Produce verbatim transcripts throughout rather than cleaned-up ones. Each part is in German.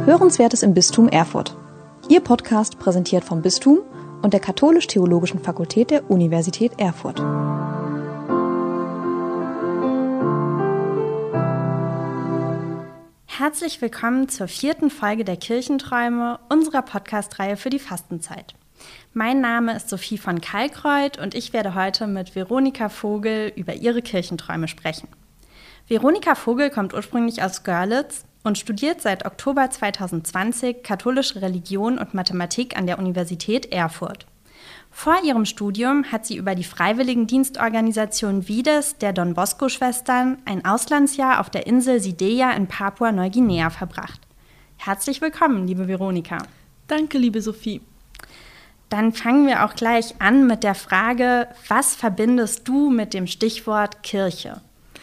Hörenswertes im Bistum Erfurt. Ihr Podcast präsentiert vom Bistum und der Katholisch-Theologischen Fakultät der Universität Erfurt. Herzlich willkommen zur vierten Folge der Kirchenträume, unserer Podcast-Reihe für die Fastenzeit. Mein Name ist Sophie von Kalkreuth und ich werde heute mit Veronika Vogel über ihre Kirchenträume sprechen. Veronika Vogel kommt ursprünglich aus Görlitz und studiert seit Oktober zweitausendzwanzig katholische Religion und Mathematik an der Universität Erfurt. Vor ihrem Studium hat sie über die Freiwilligendienstorganisation Vides der Don Bosco-Schwestern ein Auslandsjahr auf der Insel Sideja in Papua-Neuguinea verbracht. Herzlich willkommen, liebe Veronika. Danke, liebe Sophie. Dann fangen wir auch gleich an mit der Frage, was verbindest du mit dem Stichwort Kirche?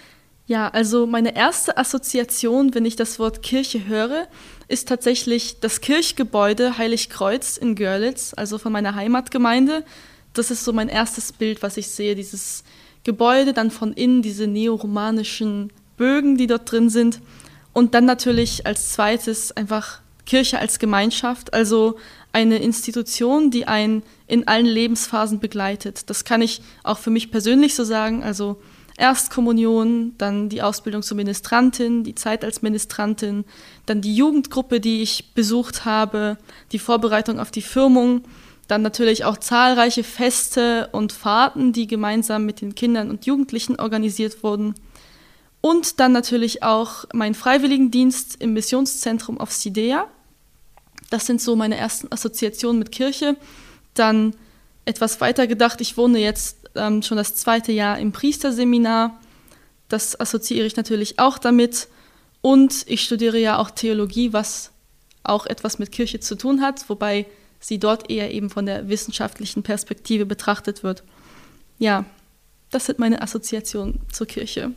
Ja, also meine erste Assoziation, wenn ich das Wort Kirche höre, ist tatsächlich das Kirchgebäude Heiligkreuz in Görlitz, also von meiner Heimatgemeinde. Das ist so mein erstes Bild, was ich sehe, dieses Gebäude, dann von innen diese neoromanischen Bögen, die dort drin sind. Und dann natürlich als zweites einfach Kirche als Gemeinschaft, also eine Institution, die einen in allen Lebensphasen begleitet. Das kann ich auch für mich persönlich so sagen, also Erstkommunion, dann die Ausbildung zur Ministrantin, die Zeit als Ministrantin, dann die Jugendgruppe, die ich besucht habe, die Vorbereitung auf die Firmung, dann natürlich auch zahlreiche Feste und Fahrten, die gemeinsam mit den Kindern und Jugendlichen organisiert wurden. Und dann natürlich auch mein Freiwilligendienst im Missionszentrum auf Sideja. Das sind so meine ersten Assoziationen mit Kirche. Dann etwas weiter gedacht, ich wohne jetzt ähm, schon das zweite Jahr im Priesterseminar. Das assoziiere ich natürlich auch damit. Und ich studiere ja auch Theologie, was auch etwas mit Kirche zu tun hat, wobei sie dort eher eben von der wissenschaftlichen Perspektive betrachtet wird. Ja, das sind meine Assoziationen zur Kirche.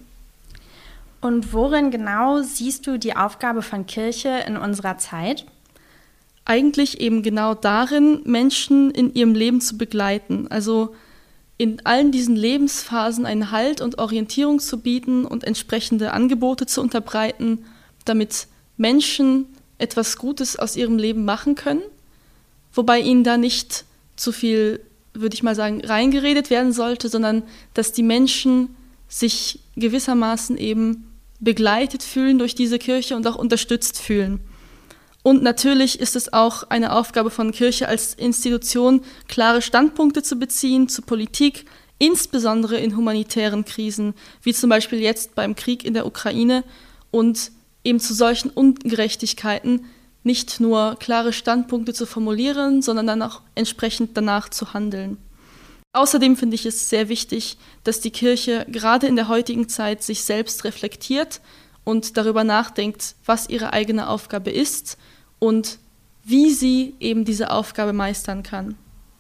Und worin genau siehst du die Aufgabe von Kirche in unserer Zeit? Eigentlich eben genau darin, Menschen in ihrem Leben zu begleiten. Also in allen diesen Lebensphasen einen Halt und Orientierung zu bieten und entsprechende Angebote zu unterbreiten, damit Menschen etwas Gutes aus ihrem Leben machen können, wobei ihnen da nicht zu viel, würde ich mal sagen, reingeredet werden sollte, sondern dass die Menschen sich gewissermaßen eben begleitet fühlen durch diese Kirche und auch unterstützt fühlen. Und natürlich ist es auch eine Aufgabe von Kirche als Institution, klare Standpunkte zu beziehen zur Politik, insbesondere in humanitären Krisen, wie zum Beispiel jetzt beim Krieg in der Ukraine, und eben zu solchen Ungerechtigkeiten nicht nur klare Standpunkte zu formulieren, sondern dann auch entsprechend danach zu handeln. Außerdem finde ich es sehr wichtig, dass die Kirche gerade in der heutigen Zeit sich selbst reflektiert und darüber nachdenkt, was ihre eigene Aufgabe ist und wie sie eben diese Aufgabe meistern kann.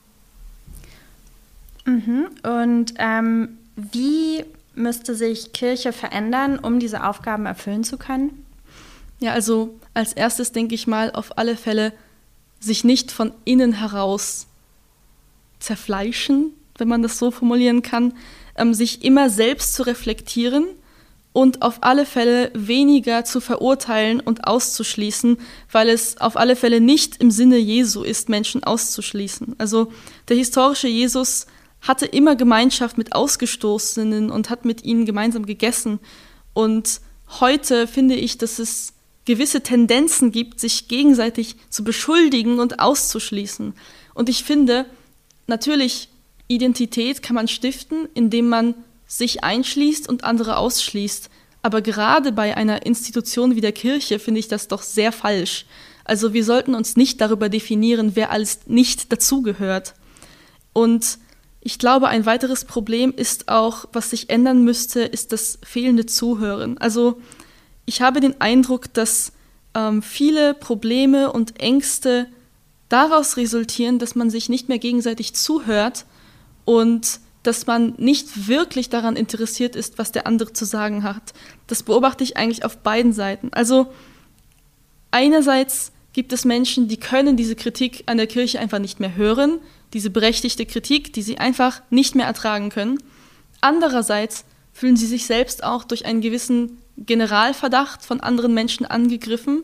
Mhm. Und ähm, wie müsste sich Kirche verändern, um diese Aufgaben erfüllen zu können? Ja, also als erstes denke ich mal auf alle Fälle, sich nicht von innen heraus zerfleischen, wenn man das so formulieren kann, ähm, sich immer selbst zu reflektieren und auf alle Fälle weniger zu verurteilen und auszuschließen, weil es auf alle Fälle nicht im Sinne Jesu ist, Menschen auszuschließen. Also der historische Jesus hatte immer Gemeinschaft mit Ausgestoßenen und hat mit ihnen gemeinsam gegessen. Und heute finde ich, dass es gewisse Tendenzen gibt, sich gegenseitig zu beschuldigen und auszuschließen. Und ich finde, natürlich, Identität kann man stiften, indem man sich einschließt und andere ausschließt. Aber gerade bei einer Institution wie der Kirche finde ich das doch sehr falsch. Also wir sollten uns nicht darüber definieren, wer alles nicht dazugehört. Und ich glaube, ein weiteres Problem ist auch, was sich ändern müsste, ist das fehlende Zuhören. Also ich habe den Eindruck, dass ähm, viele Probleme und Ängste daraus resultieren, dass man sich nicht mehr gegenseitig zuhört und dass man nicht wirklich daran interessiert ist, was der andere zu sagen hat. Das beobachte ich eigentlich auf beiden Seiten. Also einerseits gibt es Menschen, die können diese Kritik an der Kirche einfach nicht mehr hören, diese berechtigte Kritik, die sie einfach nicht mehr ertragen können. Andererseits fühlen sie sich selbst auch durch einen gewissen Generalverdacht von anderen Menschen angegriffen,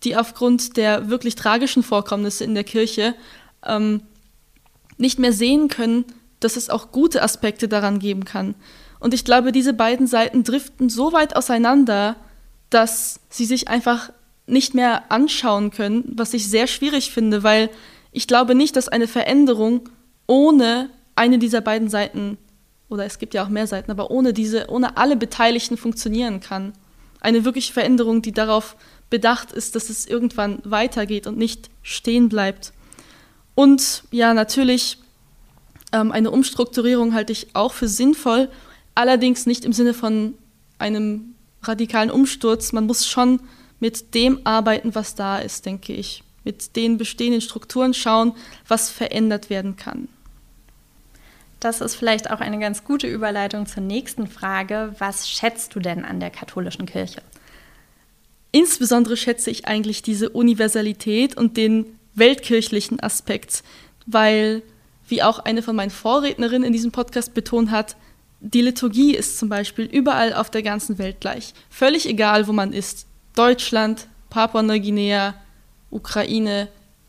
die aufgrund der wirklich tragischen Vorkommnisse in der Kirche ähm, nicht mehr sehen können, dass es auch gute Aspekte daran geben kann. Und ich glaube, diese beiden Seiten driften so weit auseinander, dass sie sich einfach nicht mehr anschauen können, was ich sehr schwierig finde, weil ich glaube nicht, dass eine Veränderung ohne eine dieser beiden Seiten, oder es gibt ja auch mehr Seiten, aber ohne diese, ohne alle Beteiligten funktionieren kann. Eine wirkliche Veränderung, die darauf bedacht ist, dass es irgendwann weitergeht und nicht stehen bleibt. Und ja, natürlich, ähm, eine Umstrukturierung halte ich auch für sinnvoll, allerdings nicht im Sinne von einem radikalen Umsturz. Man muss schon mit dem arbeiten, was da ist, denke ich. Mit den bestehenden Strukturen schauen, was verändert werden kann. Das ist vielleicht auch eine ganz gute Überleitung zur nächsten Frage. Was schätzt du denn an der katholischen Kirche? Insbesondere schätze ich eigentlich diese Universalität und den weltkirchlichen Aspekt, weil, wie auch eine von meinen Vorrednerinnen in diesem Podcast betont hat, die Liturgie ist zum Beispiel überall auf der ganzen Welt gleich. Völlig egal, wo man ist. Deutschland, Papua-Neuguinea, Ukraine,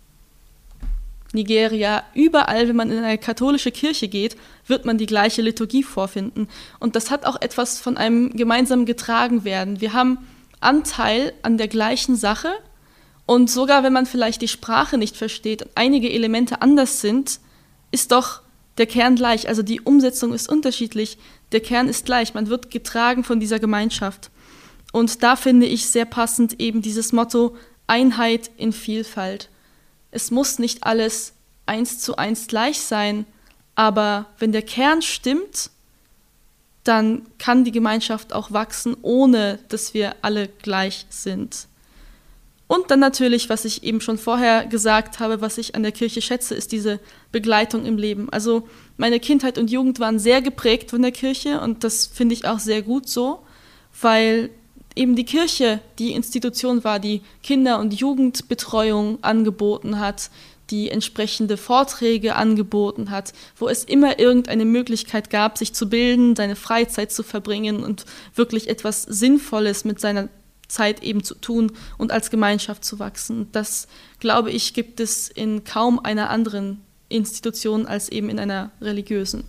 Nigeria, überall, wenn man in eine katholische Kirche geht, wird man die gleiche Liturgie vorfinden. Und das hat auch etwas von einem gemeinsamen Getragenwerden. Wir haben Anteil an der gleichen Sache und sogar wenn man vielleicht die Sprache nicht versteht und einige Elemente anders sind, ist doch der Kern gleich. Also die Umsetzung ist unterschiedlich, der Kern ist gleich. Man wird getragen von dieser Gemeinschaft. Und da finde ich sehr passend eben dieses Motto Einheit in Vielfalt. Es muss nicht alles eins zu eins gleich sein, aber wenn der Kern stimmt, dann kann die Gemeinschaft auch wachsen, ohne dass wir alle gleich sind. Und dann natürlich, was ich eben schon vorher gesagt habe, was ich an der Kirche schätze, ist diese Begleitung im Leben. Also meine Kindheit und Jugend waren sehr geprägt von der Kirche und das finde ich auch sehr gut so, weil eben die Kirche die Institution war, die Kinder- und Jugendbetreuung angeboten hat, die entsprechende Vorträge angeboten hat, wo es immer irgendeine Möglichkeit gab, sich zu bilden, seine Freizeit zu verbringen und wirklich etwas Sinnvolles mit seiner Zeit eben zu tun und als Gemeinschaft zu wachsen. Das, glaube ich, gibt es in kaum einer anderen Institution als eben in einer religiösen.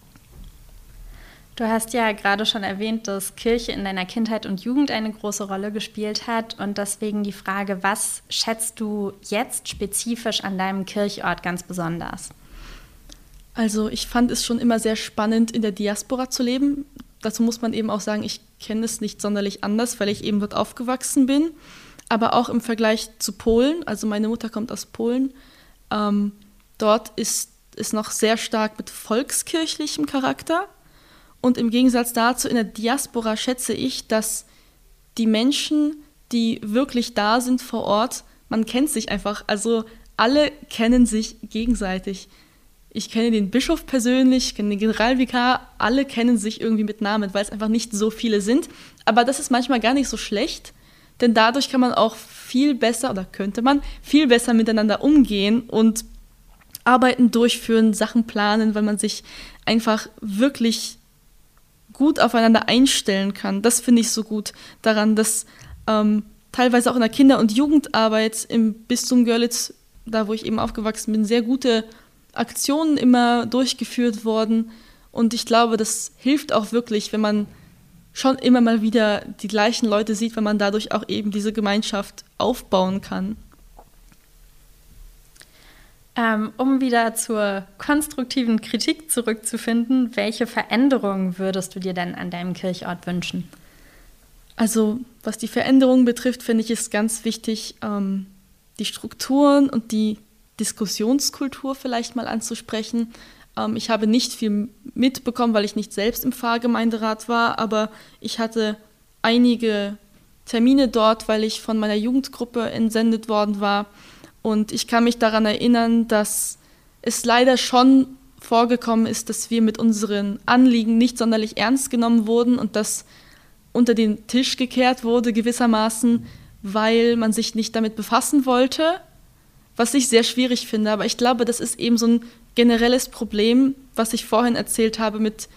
Du hast ja gerade schon erwähnt, dass Kirche in deiner Kindheit und Jugend eine große Rolle gespielt hat und deswegen die Frage, was schätzt du jetzt spezifisch an deinem Kirchort ganz besonders? Also ich fand es schon immer sehr spannend, in der Diaspora zu leben. Dazu muss man eben auch sagen, ich kenne es nicht sonderlich anders, weil ich eben dort aufgewachsen bin. Aber auch im Vergleich zu Polen, also meine Mutter kommt aus Polen, ähm, dort ist es noch sehr stark mit volkskirchlichem Charakter. Und im Gegensatz dazu in der Diaspora schätze ich, dass die Menschen, die wirklich da sind vor Ort, man kennt sich einfach, also alle kennen sich gegenseitig. Ich kenne den Bischof persönlich, ich kenne den Generalvikar, alle kennen sich irgendwie mit Namen, weil es einfach nicht so viele sind. Aber das ist manchmal gar nicht so schlecht, denn dadurch kann man auch viel besser, oder könnte man, viel besser miteinander umgehen und Arbeiten durchführen, Sachen planen, weil man sich einfach wirklich gut aufeinander einstellen kann. Das finde ich so gut daran, dass ähm, teilweise auch in der Kinder- und Jugendarbeit im Bistum Görlitz, da wo ich eben aufgewachsen bin, sehr gute Aktionen immer durchgeführt wurden. Und ich glaube, das hilft auch wirklich, wenn man schon immer mal wieder die gleichen Leute sieht, wenn man dadurch auch eben diese Gemeinschaft aufbauen kann. Ähm, um wieder zur konstruktiven Kritik zurückzufinden, welche Veränderungen würdest du dir denn an deinem Kirchort wünschen? Also was die Veränderungen betrifft, finde ich es ganz wichtig, ähm, die Strukturen und die Diskussionskultur vielleicht mal anzusprechen. Ähm, ich habe nicht viel mitbekommen, weil ich nicht selbst im Pfarrgemeinderat war, aber ich hatte einige Termine dort, weil ich von meiner Jugendgruppe entsendet worden war. Und ich kann mich daran erinnern, dass es leider schon vorgekommen ist, dass wir mit unseren Anliegen nicht sonderlich ernst genommen wurden und dass unter den Tisch gekehrt wurde gewissermaßen, weil man sich nicht damit befassen wollte, was ich sehr schwierig finde. Aber ich glaube, das ist eben so ein generelles Problem, was ich vorhin erzählt habe mit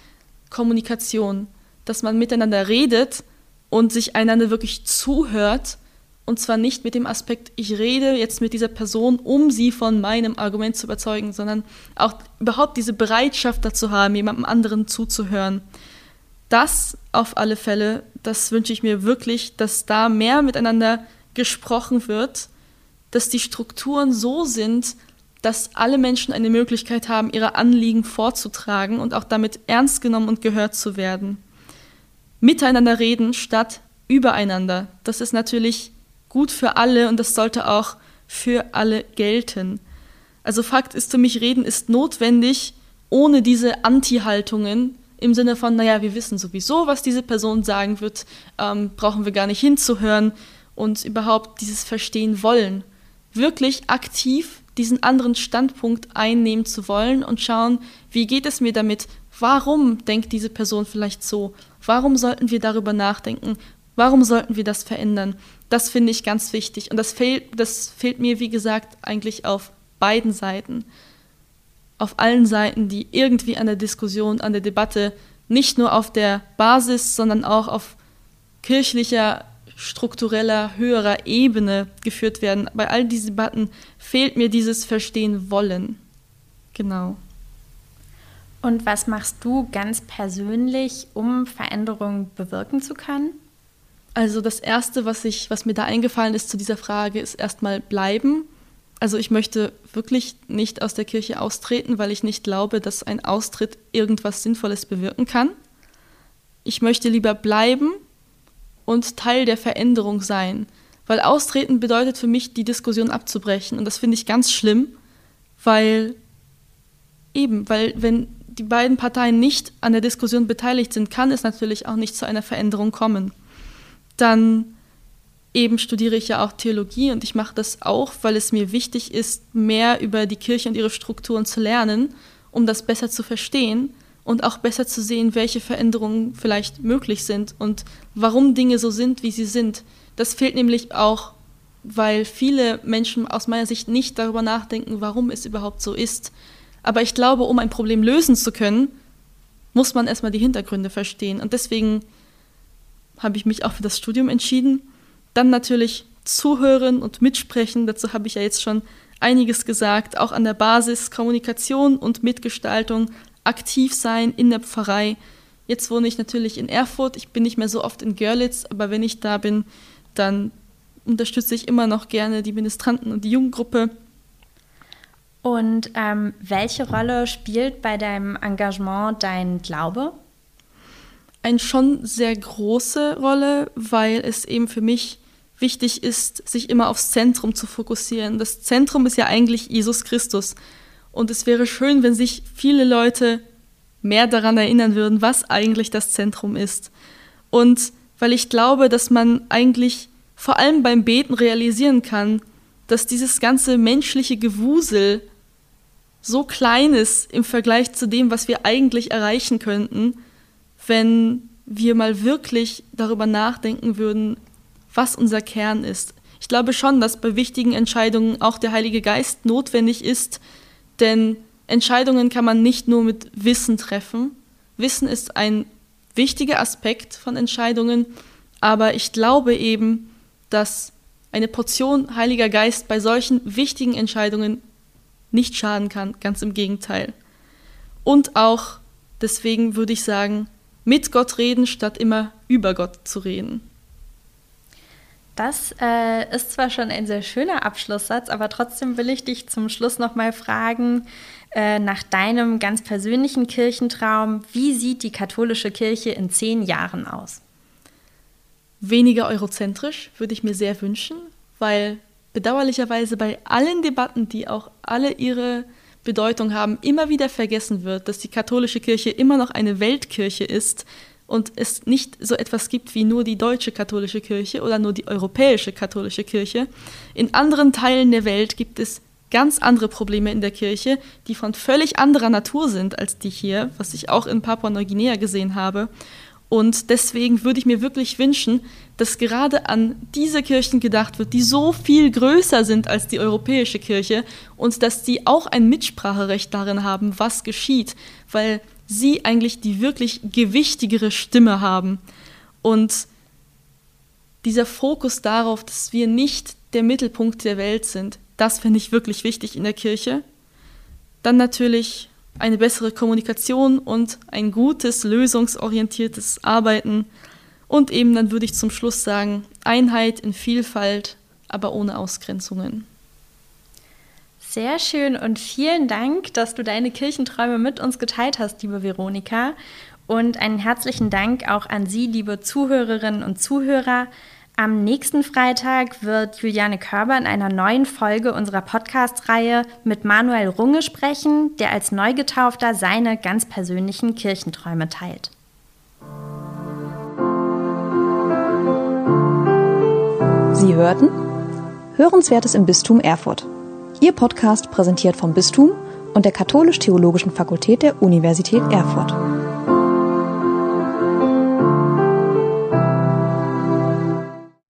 Kommunikation, dass man miteinander redet und sich einander wirklich zuhört Und zwar nicht mit dem Aspekt, ich rede jetzt mit dieser Person, um sie von meinem Argument zu überzeugen, sondern auch überhaupt diese Bereitschaft dazu haben, jemandem anderen zuzuhören. Das auf alle Fälle, das wünsche ich mir wirklich, dass da mehr miteinander gesprochen wird, dass die Strukturen so sind, dass alle Menschen eine Möglichkeit haben, ihre Anliegen vorzutragen und auch damit ernst genommen und gehört zu werden. Miteinander reden statt übereinander. Das ist natürlich gut für alle und das sollte auch für alle gelten. Also Fakt ist für mich, Reden ist notwendig, ohne diese Anti-Haltungen im Sinne von, naja, wir wissen sowieso, was diese Person sagen wird, ähm, brauchen wir gar nicht hinzuhören und überhaupt dieses Verstehen wollen. Wirklich aktiv diesen anderen Standpunkt einnehmen zu wollen und schauen, wie geht es mir damit, warum denkt diese Person vielleicht so, warum sollten wir darüber nachdenken, warum sollten wir das verändern. Das finde ich ganz wichtig und das fehlt, das fehlt mir, wie gesagt, eigentlich auf beiden Seiten. Auf allen Seiten, die irgendwie an der Diskussion, an der Debatte, nicht nur auf der Basis, sondern auch auf kirchlicher, struktureller, höherer Ebene geführt werden. Bei all diesen Debatten fehlt mir dieses Verstehen wollen. Genau. Und was machst du ganz persönlich, um Veränderungen bewirken zu können? Also das Erste, was ich, was mir da eingefallen ist zu dieser Frage, ist erstmal bleiben. Also ich möchte wirklich nicht aus der Kirche austreten, weil ich nicht glaube, dass ein Austritt irgendwas Sinnvolles bewirken kann. Ich möchte lieber bleiben und Teil der Veränderung sein, weil Austreten bedeutet für mich, die Diskussion abzubrechen. Und das finde ich ganz schlimm, weil eben, weil wenn die beiden Parteien nicht an der Diskussion beteiligt sind, kann es natürlich auch nicht zu einer Veränderung kommen. Dann eben studiere ich ja auch Theologie und ich mache das auch, weil es mir wichtig ist, mehr über die Kirche und ihre Strukturen zu lernen, um das besser zu verstehen und auch besser zu sehen, welche Veränderungen vielleicht möglich sind und warum Dinge so sind, wie sie sind. Das fehlt nämlich auch, weil viele Menschen aus meiner Sicht nicht darüber nachdenken, warum es überhaupt so ist. Aber ich glaube, um ein Problem lösen zu können, muss man erstmal die Hintergründe verstehen. Und deswegen habe ich mich auch für das Studium entschieden. Dann natürlich zuhören und mitsprechen, dazu habe ich ja jetzt schon einiges gesagt, auch an der Basis Kommunikation und Mitgestaltung, aktiv sein in der Pfarrei. Jetzt wohne ich natürlich in Erfurt, ich bin nicht mehr so oft in Görlitz, aber wenn ich da bin, dann unterstütze ich immer noch gerne die Ministranten und die Jugendgruppe. Und ähm, welche Rolle spielt bei deinem Engagement dein Glaube? Eine schon sehr große Rolle, weil es eben für mich wichtig ist, sich immer aufs Zentrum zu fokussieren. Das Zentrum ist ja eigentlich Jesus Christus. Und es wäre schön, wenn sich viele Leute mehr daran erinnern würden, was eigentlich das Zentrum ist. Und weil ich glaube, dass man eigentlich vor allem beim Beten realisieren kann, dass dieses ganze menschliche Gewusel so klein ist im Vergleich zu dem, was wir eigentlich erreichen könnten, wenn wir mal wirklich darüber nachdenken würden, was unser Kern ist. Ich glaube schon, dass bei wichtigen Entscheidungen auch der Heilige Geist notwendig ist, denn Entscheidungen kann man nicht nur mit Wissen treffen. Wissen ist ein wichtiger Aspekt von Entscheidungen, aber ich glaube eben, dass eine Portion Heiliger Geist bei solchen wichtigen Entscheidungen nicht schaden kann, ganz im Gegenteil. Und auch, deswegen würde ich sagen, mit Gott reden, statt immer über Gott zu reden. Das äh, ist zwar schon ein sehr schöner Abschlusssatz, aber trotzdem will ich dich zum Schluss noch mal fragen, äh, nach deinem ganz persönlichen Kirchentraum, wie sieht die katholische Kirche in zehn Jahren aus? Weniger eurozentrisch würde ich mir sehr wünschen, weil bedauerlicherweise bei allen Debatten, die auch alle ihre Bedeutung haben, immer wieder vergessen wird, dass die katholische Kirche immer noch eine Weltkirche ist und es nicht so etwas gibt wie nur die deutsche katholische Kirche oder nur die europäische katholische Kirche. In anderen Teilen der Welt gibt es ganz andere Probleme in der Kirche, die von völlig anderer Natur sind als die hier, was ich auch in Papua-Neuguinea gesehen habe. Und deswegen würde ich mir wirklich wünschen, dass gerade an diese Kirchen gedacht wird, die so viel größer sind als die europäische Kirche und dass die auch ein Mitspracherecht darin haben, was geschieht, weil sie eigentlich die wirklich gewichtigere Stimme haben. Und dieser Fokus darauf, dass wir nicht der Mittelpunkt der Welt sind, das finde ich wirklich wichtig in der Kirche. Dann natürlich eine bessere Kommunikation und ein gutes, lösungsorientiertes Arbeiten. Und eben dann würde ich zum Schluss sagen, Einheit in Vielfalt, aber ohne Ausgrenzungen. Sehr schön und vielen Dank, dass du deine Kirchenträume mit uns geteilt hast, liebe Veronika. Und einen herzlichen Dank auch an Sie, liebe Zuhörerinnen und Zuhörer. Am nächsten Freitag wird Juliane Körber in einer neuen Folge unserer Podcast-Reihe mit Manuel Runge sprechen, der als Neugetaufter seine ganz persönlichen Kirchenträume teilt. Sie hörten Hörenswertes im Bistum Erfurt. Ihr Podcast präsentiert vom Bistum und der Katholisch-Theologischen Fakultät der Universität Erfurt.